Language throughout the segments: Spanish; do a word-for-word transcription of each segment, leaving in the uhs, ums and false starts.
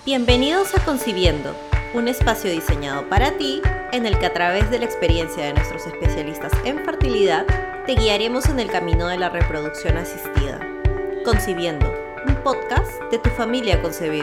Bienvenidos a Concibiendo, un espacio diseñado para ti, en el que a través de la experiencia de nuestros especialistas en fertilidad, te guiaremos en el camino de la reproducción asistida. Concibiendo, un podcast de tu familia Concebir.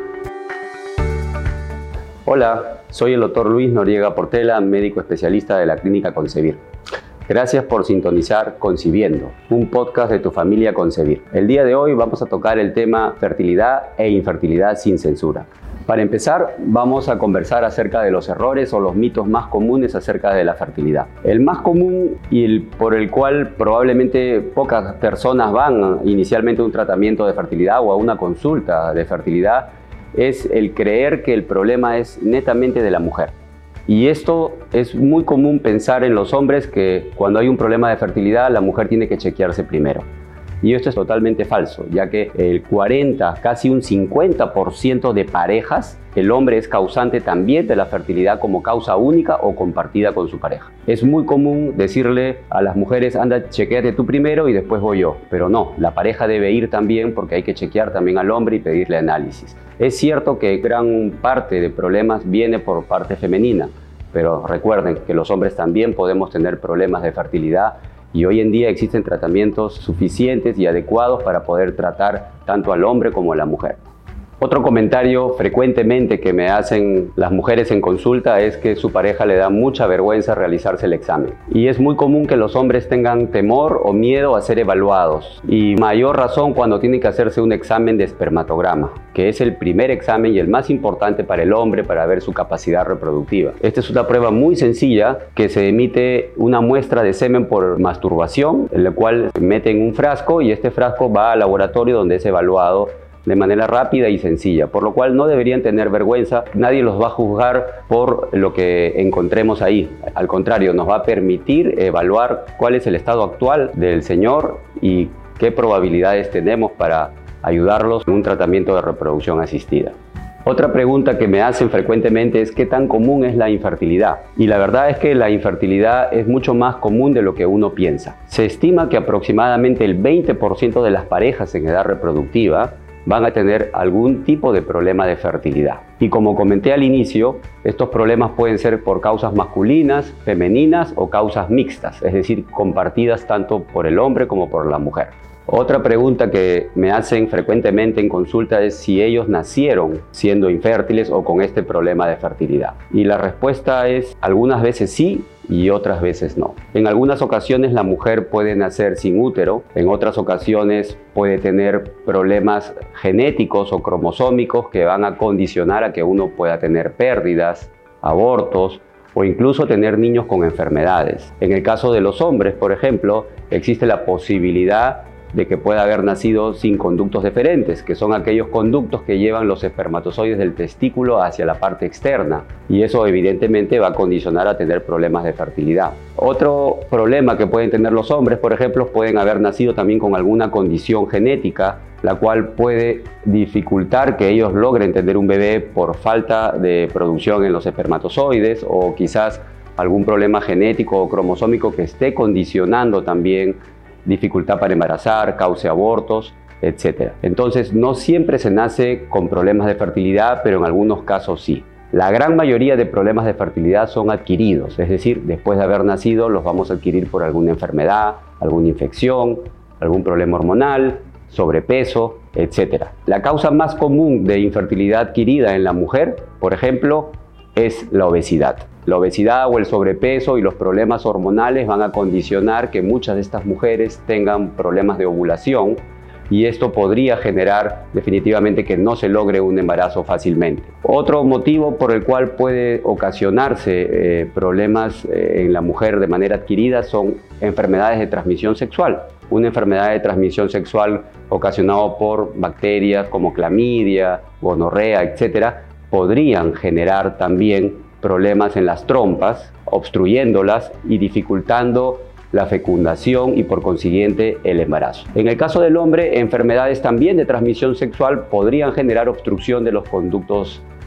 Hola, soy el doctor Luis Noriega Portela, médico especialista de la Clínica Concebir. Gracias por sintonizar Concibiendo, un podcast de tu familia Concebir. El día de hoy vamos a tocar el tema fertilidad e infertilidad sin censura. Para empezar, vamos a conversar acerca de los errores o los mitos más comunes acerca de la fertilidad. El más común y el por el cual probablemente pocas personas van inicialmente a un tratamiento de fertilidad o a una consulta de fertilidad es el creer que el problema es netamente de la mujer. Y esto es muy común pensar en los hombres que cuando hay un problema de fertilidad la mujer tiene que chequearse primero. Y esto es totalmente falso, ya que el cuarenta, casi un cincuenta por ciento de parejas, el hombre es causante también de la fertilidad como causa única o compartida con su pareja. Es muy común decirle a las mujeres, anda, chequéate tú primero y después voy yo. Pero no, la pareja debe ir también porque hay que chequear también al hombre y pedirle análisis. Es cierto que gran parte de problemas viene por parte femenina, pero recuerden que los hombres también podemos tener problemas de fertilidad y hoy en día existen tratamientos suficientes y adecuados para poder tratar tanto al hombre como a la mujer. Otro comentario frecuentemente que me hacen las mujeres en consulta es que su pareja le da mucha vergüenza realizarse el examen. Y es muy común que los hombres tengan temor o miedo a ser evaluados. Y mayor razón cuando tienen que hacerse un examen de espermatograma, que es el primer examen y el más importante para el hombre para ver su capacidad reproductiva. Esta es una prueba muy sencilla que se emite una muestra de semen por masturbación, en la cual meten un frasco y este frasco va al laboratorio donde es evaluado de manera rápida y sencilla, por lo cual no deberían tener vergüenza. Nadie los va a juzgar por lo que encontremos ahí. Al contrario, nos va a permitir evaluar cuál es el estado actual del señor y qué probabilidades tenemos para ayudarlos en un tratamiento de reproducción asistida. Otra pregunta que me hacen frecuentemente es ¿qué tan común es la infertilidad? Y la verdad es que la infertilidad es mucho más común de lo que uno piensa. Se estima que aproximadamente el veinte por ciento de las parejas en edad reproductiva van a tener algún tipo de problema de fertilidad. Y como comenté al inicio, estos problemas pueden ser por causas masculinas, femeninas o causas mixtas, es decir, compartidas tanto por el hombre como por la mujer. Otra pregunta que me hacen frecuentemente en consulta es si ellos nacieron siendo infértiles o con este problema de fertilidad. Y la respuesta es algunas veces sí y otras veces no. En algunas ocasiones la mujer puede nacer sin útero, en otras ocasiones puede tener problemas genéticos o cromosómicos que van a condicionar a que uno pueda tener pérdidas, abortos o incluso tener niños con enfermedades. En el caso de los hombres, por ejemplo, existe la posibilidad de que pueda haber nacido sin conductos deferentes, que son aquellos conductos que llevan los espermatozoides del testículo hacia la parte externa, y eso evidentemente va a condicionar a tener problemas de fertilidad. Otro problema que pueden tener los hombres, por ejemplo, pueden haber nacido también con alguna condición genética, la cual puede dificultar que ellos logren tener un bebé por falta de producción en los espermatozoides o quizás algún problema genético o cromosómico que esté condicionando también dificultad para embarazar, cause abortos, etcétera. Entonces, no siempre se nace con problemas de fertilidad, pero en algunos casos sí. La gran mayoría de problemas de fertilidad son adquiridos, es decir, después de haber nacido los vamos a adquirir por alguna enfermedad, alguna infección, algún problema hormonal, sobrepeso, etcétera. La causa más común de infertilidad adquirida en la mujer, por ejemplo, es la obesidad. La obesidad o el sobrepeso y los problemas hormonales van a condicionar que muchas de estas mujeres tengan problemas de ovulación y esto podría generar definitivamente que no se logre un embarazo fácilmente. Otro motivo por el cual puede ocasionarse eh, problemas eh, en la mujer de manera adquirida son enfermedades de transmisión sexual. Una enfermedad de transmisión sexual ocasionada por bacterias como clamidia, gonorrea, etcétera, podrían generar también problemas en las trompas, obstruyéndolas y dificultando la fecundación y por consiguiente el embarazo. En el caso del hombre, enfermedades también de transmisión sexual podrían generar obstrucción de los conductos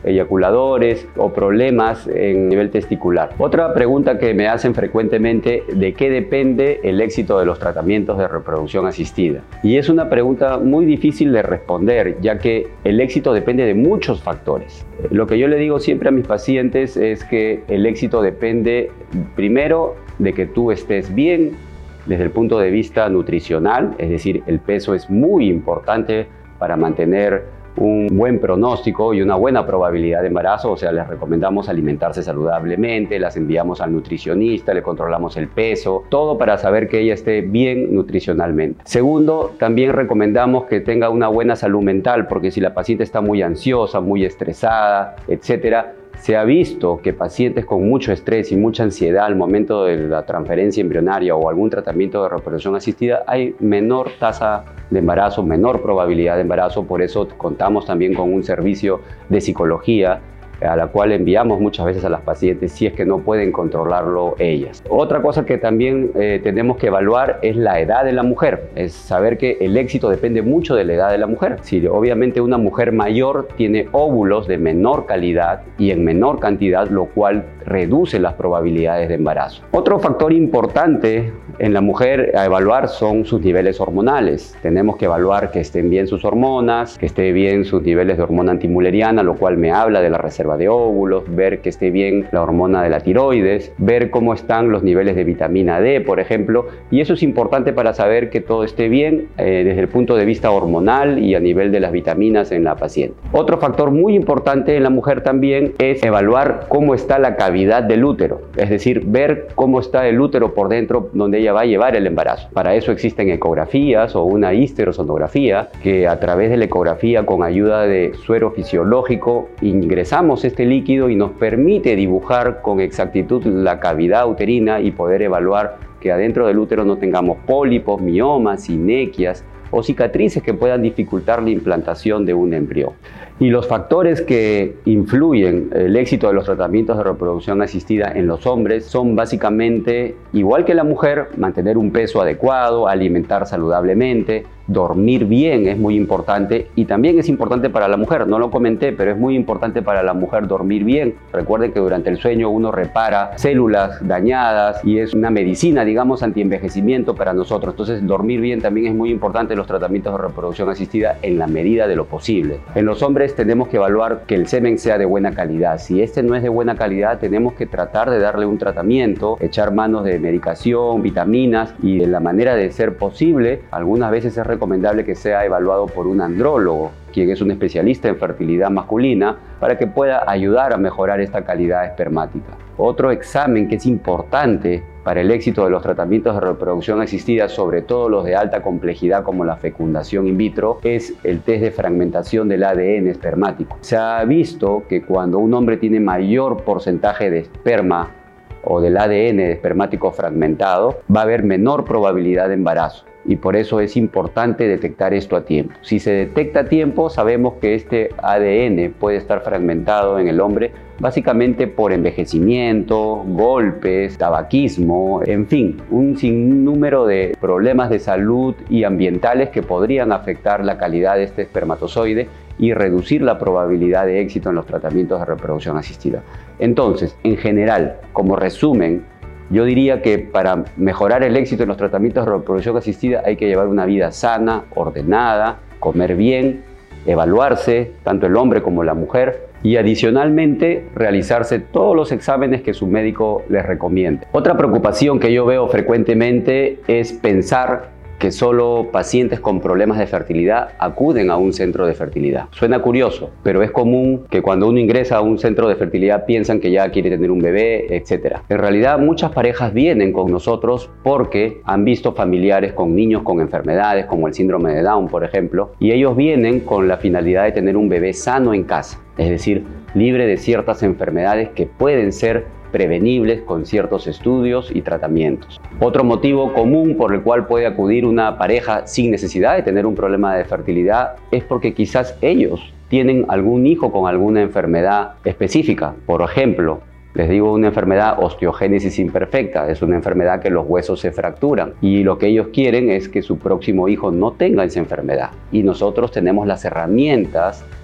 eyaculadores o problemas en nivel testicular. Otra pregunta que me hacen frecuentemente: ¿de qué depende el éxito de los tratamientos de reproducción asistida? Y es una pregunta muy difícil de responder, ya que el éxito depende de muchos factores. Lo que yo le digo siempre a mis pacientes es que el éxito depende primero de que tú estés bien desde el punto de vista nutricional, es decir, el peso es muy importante para mantener un buen pronóstico y una buena probabilidad de embarazo. O sea, les recomendamos alimentarse saludablemente, las enviamos al nutricionista, le controlamos el peso, todo para saber que ella esté bien nutricionalmente. Segundo, también recomendamos que tenga una buena salud mental, porque si la paciente está muy ansiosa, muy estresada, etcétera, se ha visto que pacientes con mucho estrés y mucha ansiedad al momento de la transferencia embrionaria o algún tratamiento de reproducción asistida hay menor tasa de embarazo, menor probabilidad de embarazo. Por eso contamos también con un servicio de psicología a la cual enviamos muchas veces a las pacientes si es que no pueden controlarlo ellas. Otra cosa que también eh, tenemos que evaluar es la edad de la mujer, es saber que el éxito depende mucho de la edad de la mujer. Si obviamente una mujer mayor tiene óvulos de menor calidad y en menor cantidad, lo cual reduce las probabilidades de embarazo. Otro factor importante en la mujer a evaluar son sus niveles hormonales. Tenemos que evaluar que estén bien sus hormonas, que esté bien sus niveles de hormona antimuleriana, lo cual me habla de la reserva de óvulos, ver que esté bien la hormona de la tiroides, ver cómo están los niveles de vitamina D, por ejemplo, y eso es importante para saber que todo esté bien eh, desde el punto de vista hormonal y a nivel de las vitaminas en la paciente. Otro factor muy importante en la mujer también es evaluar cómo está la cavidad del útero, es decir, ver cómo está el útero por dentro donde ella va a llevar el embarazo. Para eso existen ecografías o una histerosonografía, que a través de la ecografía, con ayuda de suero fisiológico, ingresamos este líquido y nos permite dibujar con exactitud la cavidad uterina y poder evaluar que adentro del útero no tengamos pólipos, miomas, sinequias o cicatrices que puedan dificultar la implantación de un embrión. Y los factores que influyen el éxito de los tratamientos de reproducción asistida en los hombres son básicamente, igual que la mujer, mantener un peso adecuado, alimentar saludablemente, dormir bien es muy importante, y también es importante para la mujer, no lo comenté, pero es muy importante para la mujer dormir bien. Recuerden que durante el sueño uno repara células dañadas y es una medicina, digamos, antienvejecimiento para nosotros. Entonces, dormir bien también es muy importante en los tratamientos de reproducción asistida en la medida de lo posible. En los hombres tenemos que evaluar que el semen sea de buena calidad. Si este no es de buena calidad, tenemos que tratar de darle un tratamiento, echar manos de medicación, vitaminas, y de la manera de ser posible, algunas veces es recomendable que sea evaluado por un andrólogo, quien es un especialista en fertilidad masculina, para que pueda ayudar a mejorar esta calidad espermática. Otro examen que es importante para el éxito de los tratamientos de reproducción asistida, sobre todo los de alta complejidad como la fecundación in vitro, es el test de fragmentación del A D N espermático. Se ha visto que cuando un hombre tiene mayor porcentaje de esperma o del A D N espermático fragmentado, va a haber menor probabilidad de embarazo. Y por eso es importante detectar esto a tiempo. Si se detecta a tiempo, sabemos que este A D N puede estar fragmentado en el hombre básicamente por envejecimiento, golpes, tabaquismo, en fin, un sinnúmero de problemas de salud y ambientales que podrían afectar la calidad de este espermatozoide y reducir la probabilidad de éxito en los tratamientos de reproducción asistida. Entonces, en general, como resumen, yo diría que para mejorar el éxito en los tratamientos de reproducción asistida hay que llevar una vida sana, ordenada, comer bien, evaluarse, tanto el hombre como la mujer, y adicionalmente realizarse todos los exámenes que su médico les recomiende. Otra preocupación que yo veo frecuentemente es pensar que solo pacientes con problemas de fertilidad acuden a un centro de fertilidad. Suena curioso, pero es común que cuando uno ingresa a un centro de fertilidad piensan que ya quiere tener un bebé, etcétera. En realidad, muchas parejas vienen con nosotros porque han visto familiares con niños con enfermedades como el síndrome de Down, por ejemplo, y ellos vienen con la finalidad de tener un bebé sano en casa, es decir, libre de ciertas enfermedades que pueden ser prevenibles con ciertos estudios y tratamientos. Otro motivo común por el cual puede acudir una pareja sin necesidad de tener un problema de fertilidad es porque quizás ellos tienen algún hijo con alguna enfermedad específica. Por ejemplo, les digo una enfermedad osteogénesis imperfecta, es una enfermedad que los huesos se fracturan y lo que ellos quieren es que su próximo hijo no tenga esa enfermedad. Y nosotros tenemos las herramientas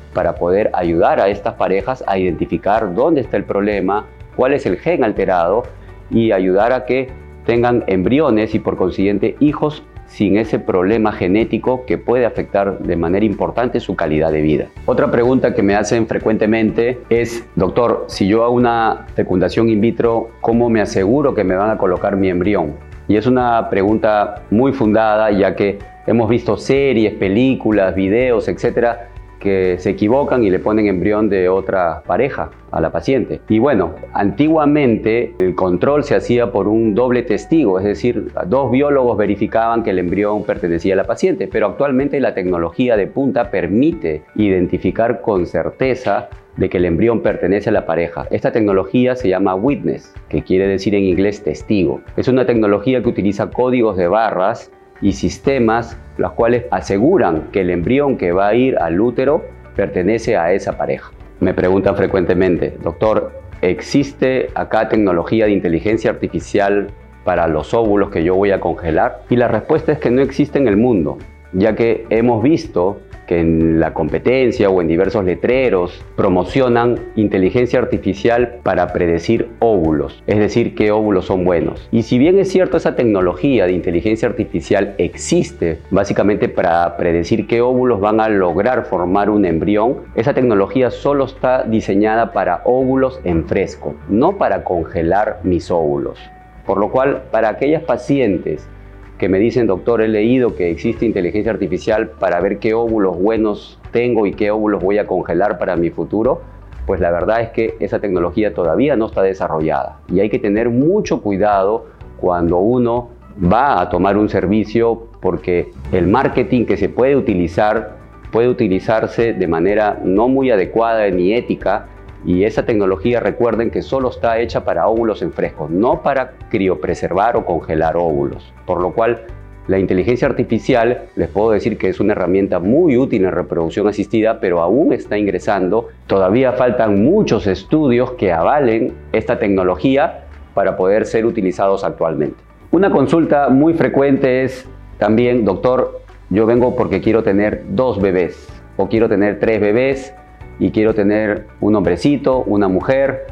para poder ayudar a estas parejas a identificar dónde está el problema, cuál es el gen alterado y ayudar a que tengan embriones y por consiguiente hijos sin ese problema genético que puede afectar de manera importante su calidad de vida. Otra pregunta que me hacen frecuentemente es: doctor, si yo hago una fecundación in vitro, ¿cómo me aseguro que me van a colocar mi embrión? Y es una pregunta muy fundada, ya que hemos visto series, películas, videos, etcétera, que se equivocan y le ponen embrión de otra pareja a la paciente. Y bueno, antiguamente el control se hacía por un doble testigo, es decir, dos biólogos verificaban que el embrión pertenecía a la paciente, pero actualmente la tecnología de punta permite identificar con certeza de que el embrión pertenece a la pareja. Esta tecnología se llama Witness, que quiere decir en inglés testigo. Es una tecnología que utiliza códigos de barras y sistemas, los cuales aseguran que el embrión que va a ir al útero pertenece a esa pareja. Me preguntan frecuentemente: doctor, ¿existe acá tecnología de inteligencia artificial para los óvulos que yo voy a congelar? Y la respuesta es que no existe en el mundo, ya que hemos visto que en la competencia o en diversos letreros promocionan inteligencia artificial para predecir óvulos, es decir, qué óvulos son buenos. Y si bien es cierto, esa tecnología de inteligencia artificial existe básicamente para predecir qué óvulos van a lograr formar un embrión, esa tecnología solo está diseñada para óvulos en fresco, no para congelar mis óvulos. Por lo cual, para aquellas pacientes que me dicen: doctor, he leído que existe inteligencia artificial para ver qué óvulos buenos tengo y qué óvulos voy a congelar para mi futuro, pues la verdad es que esa tecnología todavía no está desarrollada y hay que tener mucho cuidado cuando uno va a tomar un servicio, porque el marketing que se puede utilizar puede utilizarse de manera no muy adecuada ni ética. Y esa tecnología, recuerden que solo está hecha para óvulos en fresco, no para criopreservar o congelar óvulos. Por lo cual, la inteligencia artificial, les puedo decir que es una herramienta muy útil en reproducción asistida, pero aún está ingresando. Todavía faltan muchos estudios que avalen esta tecnología para poder ser utilizados actualmente. Una consulta muy frecuente es también: doctor, yo vengo porque quiero tener dos bebés o quiero tener tres bebés y quiero tener un hombrecito, una mujer,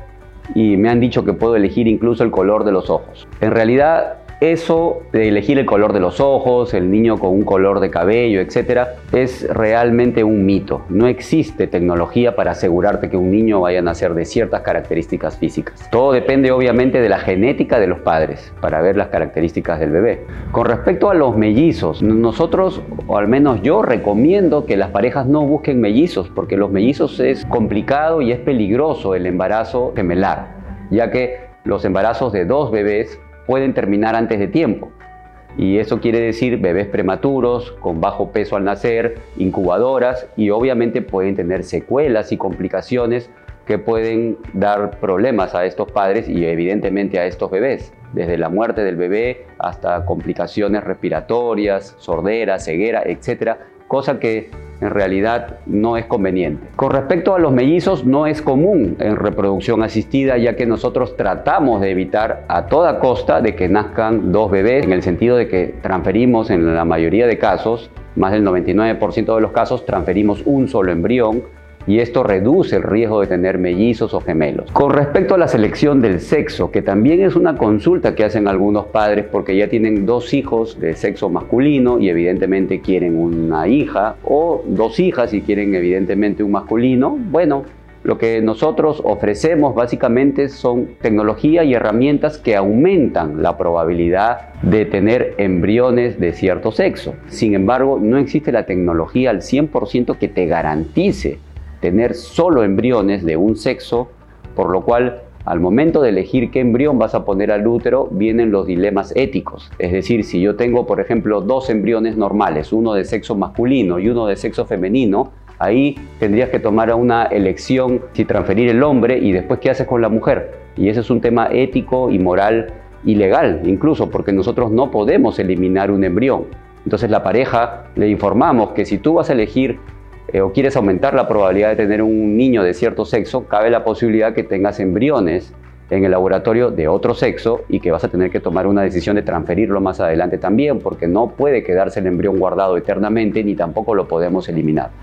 y me han dicho que puedo elegir incluso el color de los ojos. En realidad, eso de elegir el color de los ojos, el niño con un color de cabello, etcétera, es realmente un mito. No existe tecnología para asegurarte que un niño vaya a nacer de ciertas características físicas. Todo depende obviamente de la genética de los padres para ver las características del bebé. Con respecto a los mellizos, nosotros, o al menos yo, recomiendo que las parejas no busquen mellizos, porque los mellizos es complicado y es peligroso el embarazo gemelar, ya que los embarazos de dos bebés pueden terminar antes de tiempo. Y eso quiere decir bebés prematuros, con bajo peso al nacer, incubadoras, y obviamente pueden tener secuelas y complicaciones que pueden dar problemas a estos padres y evidentemente a estos bebés, desde la muerte del bebé hasta complicaciones respiratorias, sordera, ceguera, etcétera, cosa que en realidad no es conveniente. Con respecto a los mellizos, no es común en reproducción asistida, ya que nosotros tratamos de evitar a toda costa de que nazcan dos bebés, en el sentido de que transferimos, en la mayoría de casos, más del noventa y nueve por ciento de los casos, transferimos un solo embrión, y esto reduce el riesgo de tener mellizos o gemelos. Con respecto a la selección del sexo, que también es una consulta que hacen algunos padres porque ya tienen dos hijos de sexo masculino y evidentemente quieren una hija, o dos hijas y quieren evidentemente un masculino. Bueno, lo que nosotros ofrecemos básicamente son tecnología y herramientas que aumentan la probabilidad de tener embriones de cierto sexo. Sin embargo, no existe la tecnología al cien por ciento que te garantice tener solo embriones de un sexo, por lo cual al momento de elegir qué embrión vas a poner al útero vienen los dilemas éticos. Es decir, si yo tengo por ejemplo dos embriones normales, uno de sexo masculino y uno de sexo femenino, ahí tendrías que tomar una elección si transferir el hombre y después qué haces con la mujer. Y ese es un tema ético y moral y legal incluso, porque nosotros no podemos eliminar un embrión. Entonces la pareja le informamos que si tú vas a elegir Eh, o quieres aumentar la probabilidad de tener un niño de cierto sexo, cabe la posibilidad que tengas embriones en el laboratorio de otro sexo y que vas a tener que tomar una decisión de transferirlo más adelante también, porque no puede quedarse el embrión guardado eternamente ni tampoco lo podemos eliminar.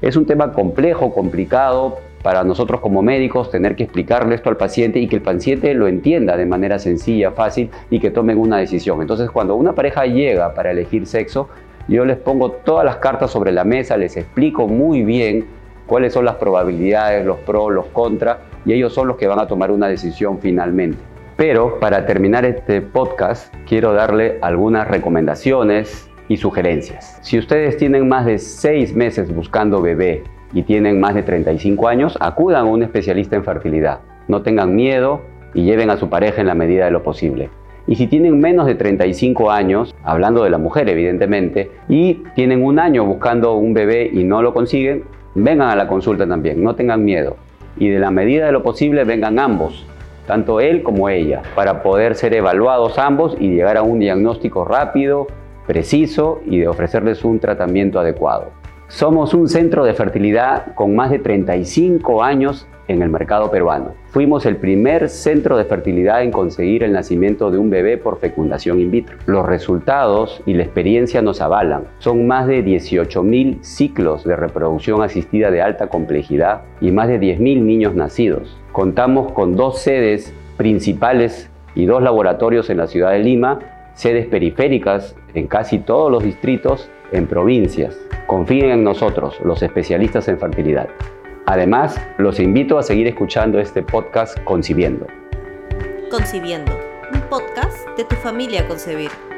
Es un tema complejo, complicado para nosotros como médicos, tener que explicarle esto al paciente y que el paciente lo entienda de manera sencilla, fácil y que tomen una decisión. Entonces, cuando una pareja llega para elegir sexo, yo les pongo todas las cartas sobre la mesa, les explico muy bien cuáles son las probabilidades, los pros, los contras, y ellos son los que van a tomar una decisión finalmente. Pero para terminar este podcast, quiero darle algunas recomendaciones y sugerencias. Si ustedes tienen más de seis meses buscando bebé y tienen más de treinta y cinco años, acudan a un especialista en fertilidad. No tengan miedo y lleven a su pareja en la medida de lo posible. Y si tienen menos de treinta y cinco años, hablando de la mujer evidentemente, y tienen un año buscando un bebé y no lo consiguen, vengan a la consulta también, no tengan miedo. Y de la medida de lo posible vengan ambos, tanto él como ella, para poder ser evaluados ambos y llegar a un diagnóstico rápido, preciso y de ofrecerles un tratamiento adecuado. Somos un centro de fertilidad con más de treinta y cinco años en el mercado peruano. Fuimos el primer centro de fertilidad en conseguir el nacimiento de un bebé por fecundación in vitro. Los resultados y la experiencia nos avalan. Son más de dieciocho mil ciclos de reproducción asistida de alta complejidad y más de diez mil niños nacidos. Contamos con dos sedes principales y dos laboratorios en la ciudad de Lima, sedes periféricas en casi todos los distritos en provincias. Confíen en nosotros, los especialistas en fertilidad. Además, los invito a seguir escuchando este podcast Concibiendo. Concibiendo, un podcast de tu familia Concebir.